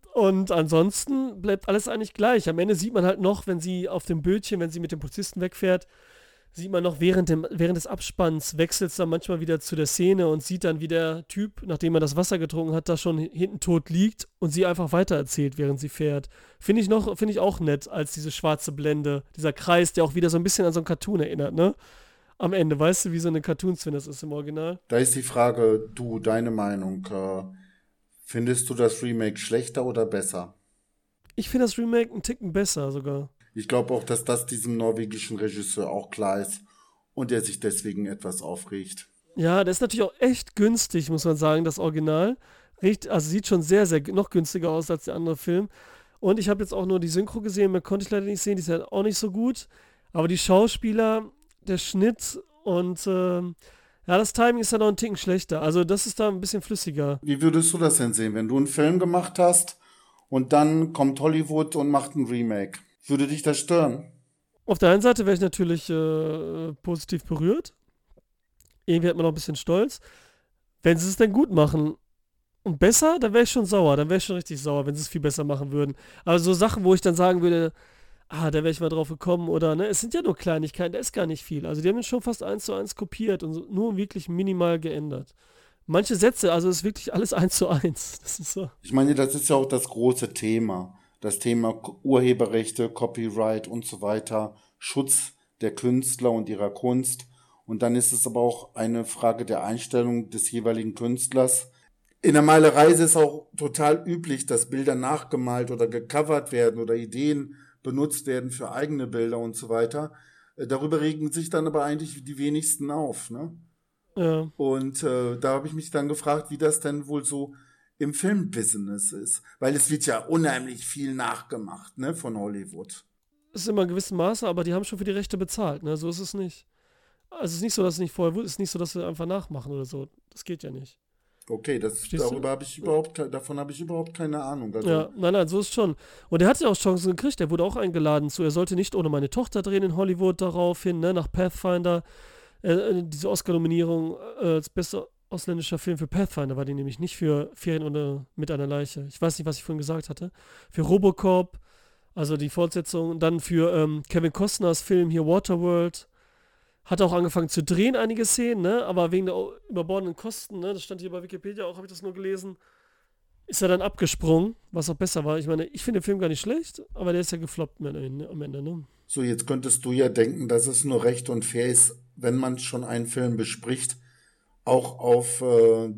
Und ansonsten bleibt alles eigentlich gleich. Am Ende sieht man halt noch, wenn sie auf dem Bildchen, wenn sie mit dem Polizisten wegfährt, sieht man noch während, dem, während des Abspanns, wechselt es dann manchmal wieder zu der Szene und sieht dann, wie der Typ, nachdem er das Wasser getrunken hat, da schon hinten tot liegt und sie einfach weitererzählt, während sie fährt. Finde ich noch, finde ich auch nett, als diese schwarze Blende, dieser Kreis, der auch wieder so ein bisschen an so einen Cartoon erinnert, ne? Am Ende, weißt du, wie so eine Cartoon-Szene das ist im Original? Da ist die Frage, du, deine Meinung. Äh, findest du das Remake schlechter oder besser? Ich finde das Remake einen Ticken besser sogar. Ich glaube auch, dass das diesem norwegischen Regisseur auch klar ist und er sich deswegen etwas aufregt. Ja, der ist natürlich auch echt günstig, muss man sagen, das Original. Riecht, also sieht schon sehr, sehr g- noch günstiger aus als der andere Film. Und ich habe jetzt auch nur die Synchro gesehen, mehr konnte ich leider nicht sehen, die ist halt auch nicht so gut. Aber die Schauspieler, der Schnitt und ähm, ja, das Timing ist ja noch ein Ticken schlechter. Also das ist da ein bisschen flüssiger. Wie würdest du das denn sehen, wenn du einen Film gemacht hast und dann kommt Hollywood und macht ein Remake? Würde dich das stören? Auf der einen Seite wäre ich natürlich äh, positiv berührt. Irgendwie hat man noch ein bisschen Stolz. Wenn sie es denn gut machen und besser, dann wäre ich schon sauer. Dann wäre ich schon richtig sauer, wenn sie es viel besser machen würden. Aber so Sachen, wo ich dann sagen würde, ah, da wäre ich mal drauf gekommen oder, ne, es sind ja nur Kleinigkeiten, da ist gar nicht viel. Also die haben ihn schon fast eins zu eins kopiert und so, nur wirklich minimal geändert. Manche Sätze, also ist wirklich alles eins zu eins. Das ist so. Ich meine, das ist ja auch das große Thema. Das Thema K- Urheberrechte, Copyright und so weiter, Schutz der Künstler und ihrer Kunst. Und dann ist es aber auch eine Frage der Einstellung des jeweiligen Künstlers. In der Malerei ist es auch total üblich, dass Bilder nachgemalt oder gecovert werden oder Ideen benutzt werden für eigene Bilder und so weiter. Äh, Darüber regen sich dann aber eigentlich die wenigsten auf, ne? Ja. Und äh, da habe ich mich dann gefragt, wie das denn wohl so im Filmbusiness ist. Weil es wird ja unheimlich viel nachgemacht, ne, von Hollywood. Es ist immer in gewissem Maße, aber die haben schon für die Rechte bezahlt, ne? So ist es nicht. Also es ist nicht so, dass es nicht vorher, es ist nicht so, dass sie einfach nachmachen oder so. Das geht ja nicht. Okay, das, Verstehst du? darüber habe ich überhaupt, ke- davon habe ich überhaupt keine Ahnung. Also, Ja, nein, nein, so ist schon. Und er hat ja auch Chancen gekriegt, er wurde auch eingeladen zu, er sollte nicht ohne meine Tochter drehen in Hollywood daraufhin, ne, nach Pathfinder. Äh, äh, diese Oscar-Nominierung äh, als bester ausländischer Film für Pathfinder war die nämlich nicht für Ferien ohne mit einer Leiche. Ich weiß nicht, was ich vorhin gesagt hatte. Für Robocop, also die Fortsetzung, dann für ähm, Kevin Costners Film hier Waterworld. Hat auch angefangen zu drehen, einige Szenen, ne? Aber wegen der o- überbordenden Kosten, ne? Das stand hier bei Wikipedia auch, habe ich das nur gelesen, ist er dann abgesprungen, was auch besser war. Ich meine, ich finde den Film gar nicht schlecht, aber der ist ja gefloppt am Ende, am Ende, ne? so jetzt könntest du ja denken, dass es nur recht und fair ist, wenn man schon einen Film bespricht, auch auf äh,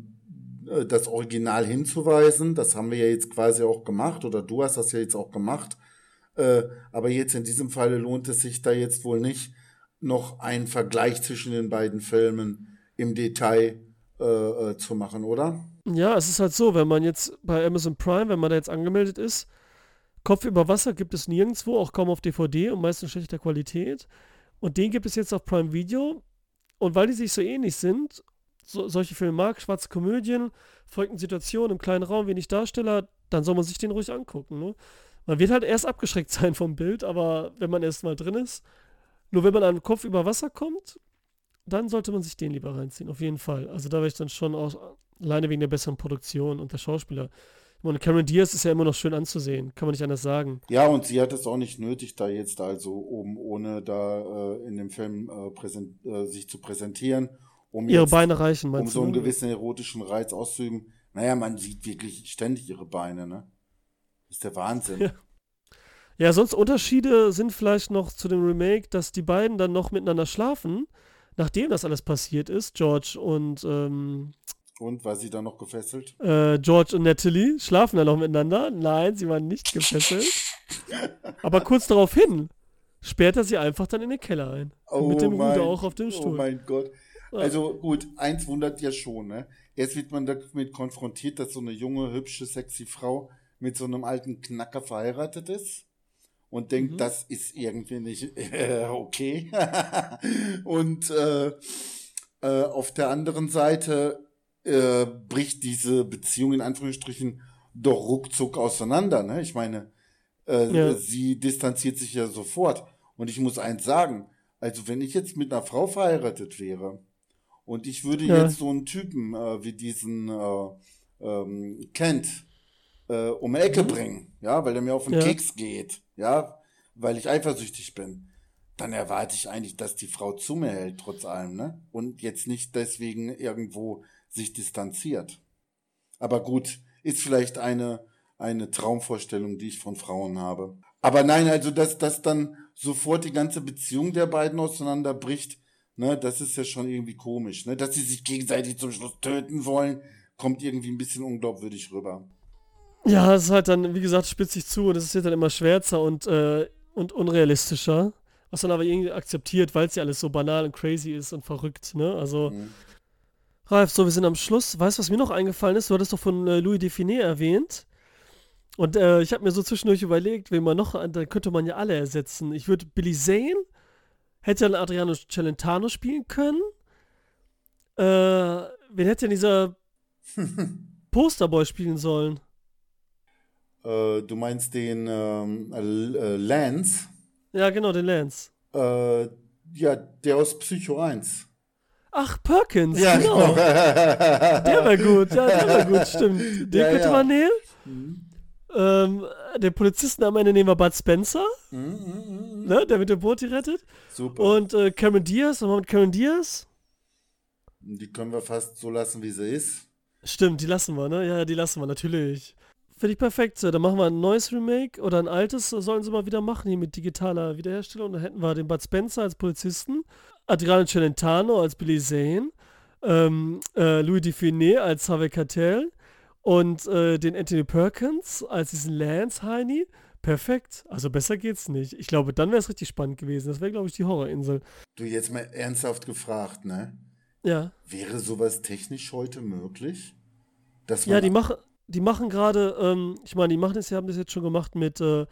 das Original hinzuweisen. Das haben wir ja jetzt quasi auch gemacht oder du hast das ja jetzt auch gemacht. Äh, aber jetzt in diesem Falle lohnt es sich da jetzt wohl nicht, noch einen Vergleich zwischen den beiden Filmen im Detail äh, äh, zu machen, oder? Ja, es ist halt so, wenn man jetzt bei Amazon Prime, wenn man da jetzt angemeldet ist, Kopf über Wasser gibt es nirgendwo, auch kaum auf D V D und meistens schlechter Qualität. Und den gibt es jetzt auf Prime Video. Und weil die sich so ähnlich sind, so, solche Filme mag, schwarze Komödien, folgenden Situationen im kleinen Raum, wenig Darsteller, dann soll man sich den ruhig angucken. Ne? Man wird halt erst abgeschreckt sein vom Bild, aber wenn man erst mal drin ist, nur wenn man an den Kopf über Wasser kommt, dann sollte man sich den lieber reinziehen, auf jeden Fall. Also da wäre ich dann schon aus, alleine wegen der besseren Produktion und der Schauspieler. Ich meine, Cameron Diaz ist ja immer noch schön anzusehen, kann man nicht anders sagen. Ja, und sie hat es auch nicht nötig, da jetzt also oben ohne da äh, in dem Film äh, präsent, äh, sich zu präsentieren, um Ihre jetzt, Beine reichen, um meinst so du, einen ne? gewissen erotischen Reiz auszuüben. Naja, man sieht wirklich ständig ihre Beine, ne? Das ist der Wahnsinn. Ja. Ja, sonst Unterschiede sind vielleicht noch zu dem Remake, dass die beiden dann noch miteinander schlafen, nachdem das alles passiert ist. George und ähm, Und war sie da noch gefesselt? äh, George und Natalie schlafen dann noch miteinander. Nein, sie waren nicht gefesselt. Aber kurz daraufhin sperrt er sie einfach dann in den Keller ein. Und mit Oh dem Ruder auch mein, auf dem oh Stuhl. mein Gott. Ja. Also gut, eins wundert ja schon, ne? Jetzt wird man damit konfrontiert, dass so eine junge, hübsche, sexy Frau mit so einem alten Knacker verheiratet ist und denkt, Mhm. das ist irgendwie nicht äh, okay. Und äh, äh, auf der anderen Seite äh, bricht diese Beziehung in Anführungsstrichen doch ruckzuck auseinander, ne? Ich meine, äh, Ja, sie distanziert sich ja sofort. Und ich muss eins sagen, also wenn ich jetzt mit einer Frau verheiratet wäre und ich würde ja, jetzt so einen Typen äh, wie diesen äh, ähm, Kent äh, äh, um die Ecke Mhm. bringen, ja, weil er mir auf den Ja. Keks geht, ja, weil ich eifersüchtig bin, dann erwarte ich eigentlich, dass die Frau zu mir hält, trotz allem, ne? Und jetzt nicht deswegen irgendwo sich distanziert. Aber gut, ist vielleicht eine, eine Traumvorstellung, die ich von Frauen habe. Aber nein, also dass, dass dann sofort die ganze Beziehung der beiden auseinanderbricht, ne, das ist ja schon irgendwie komisch, ne? Dass sie sich gegenseitig zum Schluss töten wollen, kommt irgendwie ein bisschen unglaubwürdig rüber. Ja, es ist halt dann, wie gesagt, spitzt sich zu und es wird dann immer schwärzer und, äh, und unrealistischer. Was dann aber irgendwie akzeptiert, weil es ja alles so banal und crazy ist und verrückt, ne? Also, Mhm. Ralf, so, wir sind am Schluss. Weißt du, was mir noch eingefallen ist? Du hattest doch von äh, Louis Define erwähnt. Und äh, ich habe mir so zwischendurch überlegt, wen man noch, dann könnte man ja alle ersetzen. Ich würde Billy Zane, hätte dann Adriano Celentano spielen können. Äh, wen hätte denn dieser Posterboy spielen sollen? Äh, du meinst den ähm, äh, Lance? Ja, genau, den Lance. Äh, ja, der aus Psycho eins. Ach, Perkins, Ja, genau. genau. Der war gut, ja, der war gut, stimmt. Den Ja, könnte ja. man nehmen. Mhm. Ähm, den Polizisten am Ende nehmen wir Bud Spencer, Mhm, mhm, mhm. ne, der mit dem Boot die rettet. Super. Und äh, Cameron Diaz, nochmal mit Cameron Diaz. Die können wir fast so lassen, wie sie ist. Stimmt, die lassen wir, ne? Ja, die lassen wir, natürlich. Finde ich perfekt. So, dann machen wir ein neues Remake oder ein altes, äh, sollen sie mal wieder machen, hier mit digitaler Wiederherstellung. Dann hätten wir den Bud Spencer als Polizisten, Adriano Celentano als Billy Zane, ähm, äh, Louis Define als Harvey Keitel und äh, den Anthony Perkins als diesen Lance Heini. Perfekt. Also besser geht's nicht. Ich glaube, dann wäre es richtig spannend gewesen. Das wäre, glaube ich, die Horrorinsel. Du, jetzt mal ernsthaft gefragt, ne? Ja. Wäre sowas technisch heute möglich? Dass Ja, man die machen, die machen gerade, ähm, ich meine, die machen das ja, haben das jetzt schon gemacht mit äh,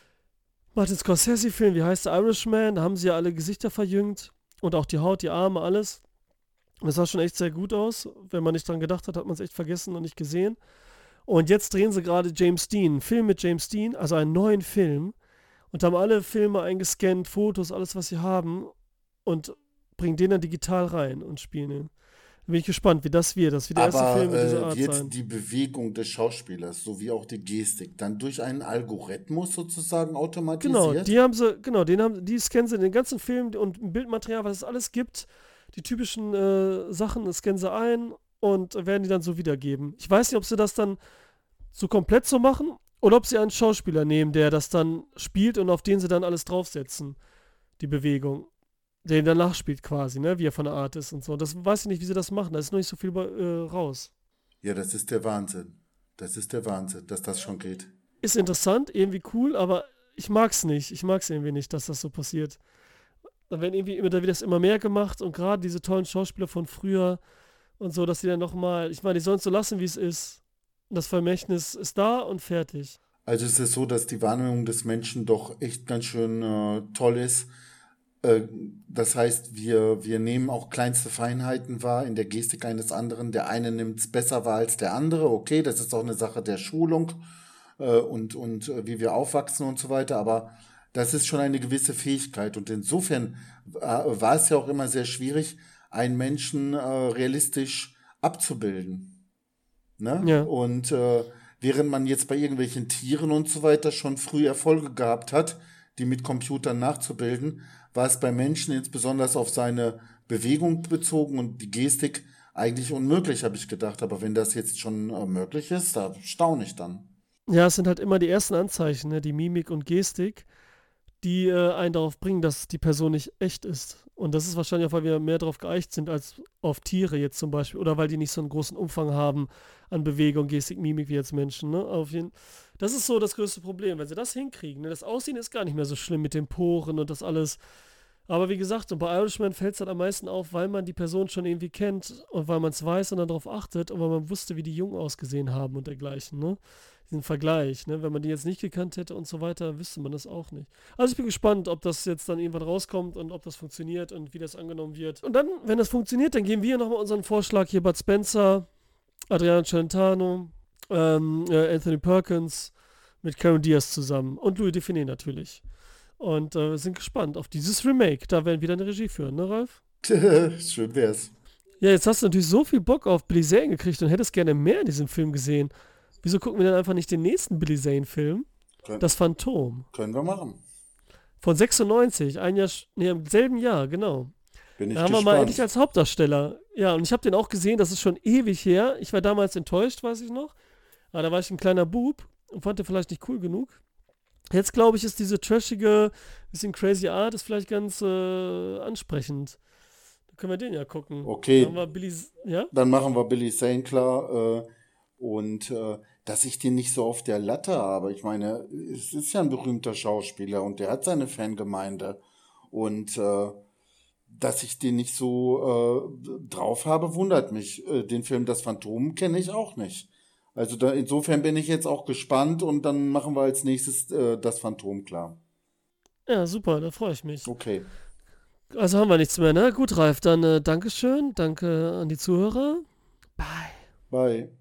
Martin Scorsese-Film, wie heißt der Irishman? Da haben sie ja alle Gesichter verjüngt und auch die Haut, die Arme, alles. Und das sah schon echt sehr gut aus. Wenn man nicht dran gedacht hat, hat man es echt vergessen und nicht gesehen. Und jetzt drehen sie gerade James Dean, einen Film mit James Dean, also einen neuen Film. Und haben alle Filme eingescannt, Fotos, alles, was sie haben. Und bringen den dann digital rein und spielen ihn. Da bin ich gespannt, wie das wird. Das wird der erste aber Film in dieser äh, Art wird sein. die Bewegung des Schauspielers sowie auch die Gestik dann durch einen Algorithmus sozusagen Genau, automatisiert? die haben sie, genau, den haben, die scannen sie den ganzen Film und Bildmaterial, was es alles gibt, die typischen äh, Sachen, das scannen sie ein und werden die dann so wiedergeben. Ich weiß nicht, ob sie das dann so komplett so machen oder ob sie einen Schauspieler nehmen, der das dann spielt und auf den sie dann alles draufsetzen, die Bewegung. Den danach spielt quasi, ne, wie er von der Art ist und so. Das weiß ich nicht, wie sie das machen. Da ist noch nicht so viel äh, raus. Ja, das ist der Wahnsinn. Das ist der Wahnsinn, dass das schon geht. Ist interessant, irgendwie cool, aber ich mag's nicht. Ich mag's irgendwie nicht, dass das so passiert. Da werden irgendwie immer, da wird das immer mehr gemacht und gerade diese tollen Schauspieler von früher und so, dass die dann nochmal, ich meine, die sollen es so lassen, wie es ist. Das Vermächtnis ist da und fertig. Also es ist so, dass die Wahrnehmung des Menschen doch echt ganz schön äh, toll ist. Äh, das heißt, wir, wir nehmen auch kleinste Feinheiten wahr in der Gestik eines anderen. Der eine nimmt es besser wahr als der andere. Okay, das ist auch eine Sache der Schulung äh, und, und äh, wie wir aufwachsen und so weiter. Aber das ist schon eine gewisse Fähigkeit. Und insofern äh, war es ja auch immer sehr schwierig, einen Menschen äh, realistisch abzubilden. Ne? Ja. Und äh, während man jetzt bei irgendwelchen Tieren und so weiter schon früh Erfolge gehabt hat, die mit Computern nachzubilden, war es bei Menschen insbesondere auf seine Bewegung bezogen und die Gestik eigentlich unmöglich, habe ich gedacht. Aber wenn das jetzt schon äh, möglich ist, da staune ich dann. Ja, es sind halt immer die ersten Anzeichen, ne? Die Mimik und Gestik, die äh, einen darauf bringen, dass die Person nicht echt ist. Und das ist wahrscheinlich auch, weil wir mehr darauf geeicht sind als auf Tiere jetzt zum Beispiel. Oder weil die nicht so einen großen Umfang haben an Bewegung, Gestik, Mimik wie jetzt Menschen. Ne? Auf jeden, das ist so das größte Problem. Wenn sie das hinkriegen, ne? Das Aussehen ist gar nicht mehr so schlimm mit den Poren und das alles. Aber wie gesagt, und bei Irishman fällt es halt am meisten auf, weil man die Person schon irgendwie kennt und weil man es weiß und dann darauf achtet und weil man wusste, wie die jung ausgesehen haben und dergleichen, ne? Diesen Vergleich, ne? Wenn man die jetzt nicht gekannt hätte und so weiter, wüsste man das auch nicht. Also ich bin gespannt, ob das jetzt dann irgendwann rauskommt und ob das funktioniert und wie das angenommen wird. Und dann, wenn das funktioniert, dann geben wir nochmal unseren Vorschlag hier Bud Spencer, Adriano Celentano, ähm, äh, Anthony Perkins mit Cameron Diaz zusammen und Louis Define natürlich. Und äh, sind gespannt auf dieses Remake. Da werden wir dann eine Regie führen, ne, Ralf? Schön wär's. Ja, jetzt hast du natürlich so viel Bock auf Billy Zane gekriegt und hättest gerne mehr in diesem Film gesehen. Wieso gucken wir dann einfach nicht den nächsten Billy Zane-Film? Können, Das Phantom. können wir machen. Von sechsundneunzig, ein Jahr, sch- nee, im selben Jahr, genau. Bin ich Da haben wir mal endlich gespannt. als Hauptdarsteller. Ja, und ich habe den auch gesehen, das ist schon ewig her. Ich war damals enttäuscht, weiß ich noch. Aber da war ich ein kleiner Bub und fand den vielleicht nicht cool genug. Jetzt glaube ich, ist diese trashige, bisschen crazy Art ist vielleicht ganz äh, ansprechend. Dann können wir den ja gucken. Da haben Okay, wir Billy, S- ja? dann machen wir Billy Zane klar. Äh, und äh, dass ich den nicht so auf der Latte habe. Ich meine, es ist ja ein berühmter Schauspieler und der hat seine Fangemeinde. Und äh, dass ich den nicht so äh, drauf habe, wundert mich. Äh, den Film Das Phantom kenne ich auch nicht. Also da, insofern bin ich jetzt auch gespannt und dann machen wir als nächstes äh, Das Phantom klar. Ja, super, da freue ich mich. Okay, Also haben wir nichts mehr, ne? Gut, Ralf, dann äh, Dankeschön, danke an die Zuhörer. Bye. bye.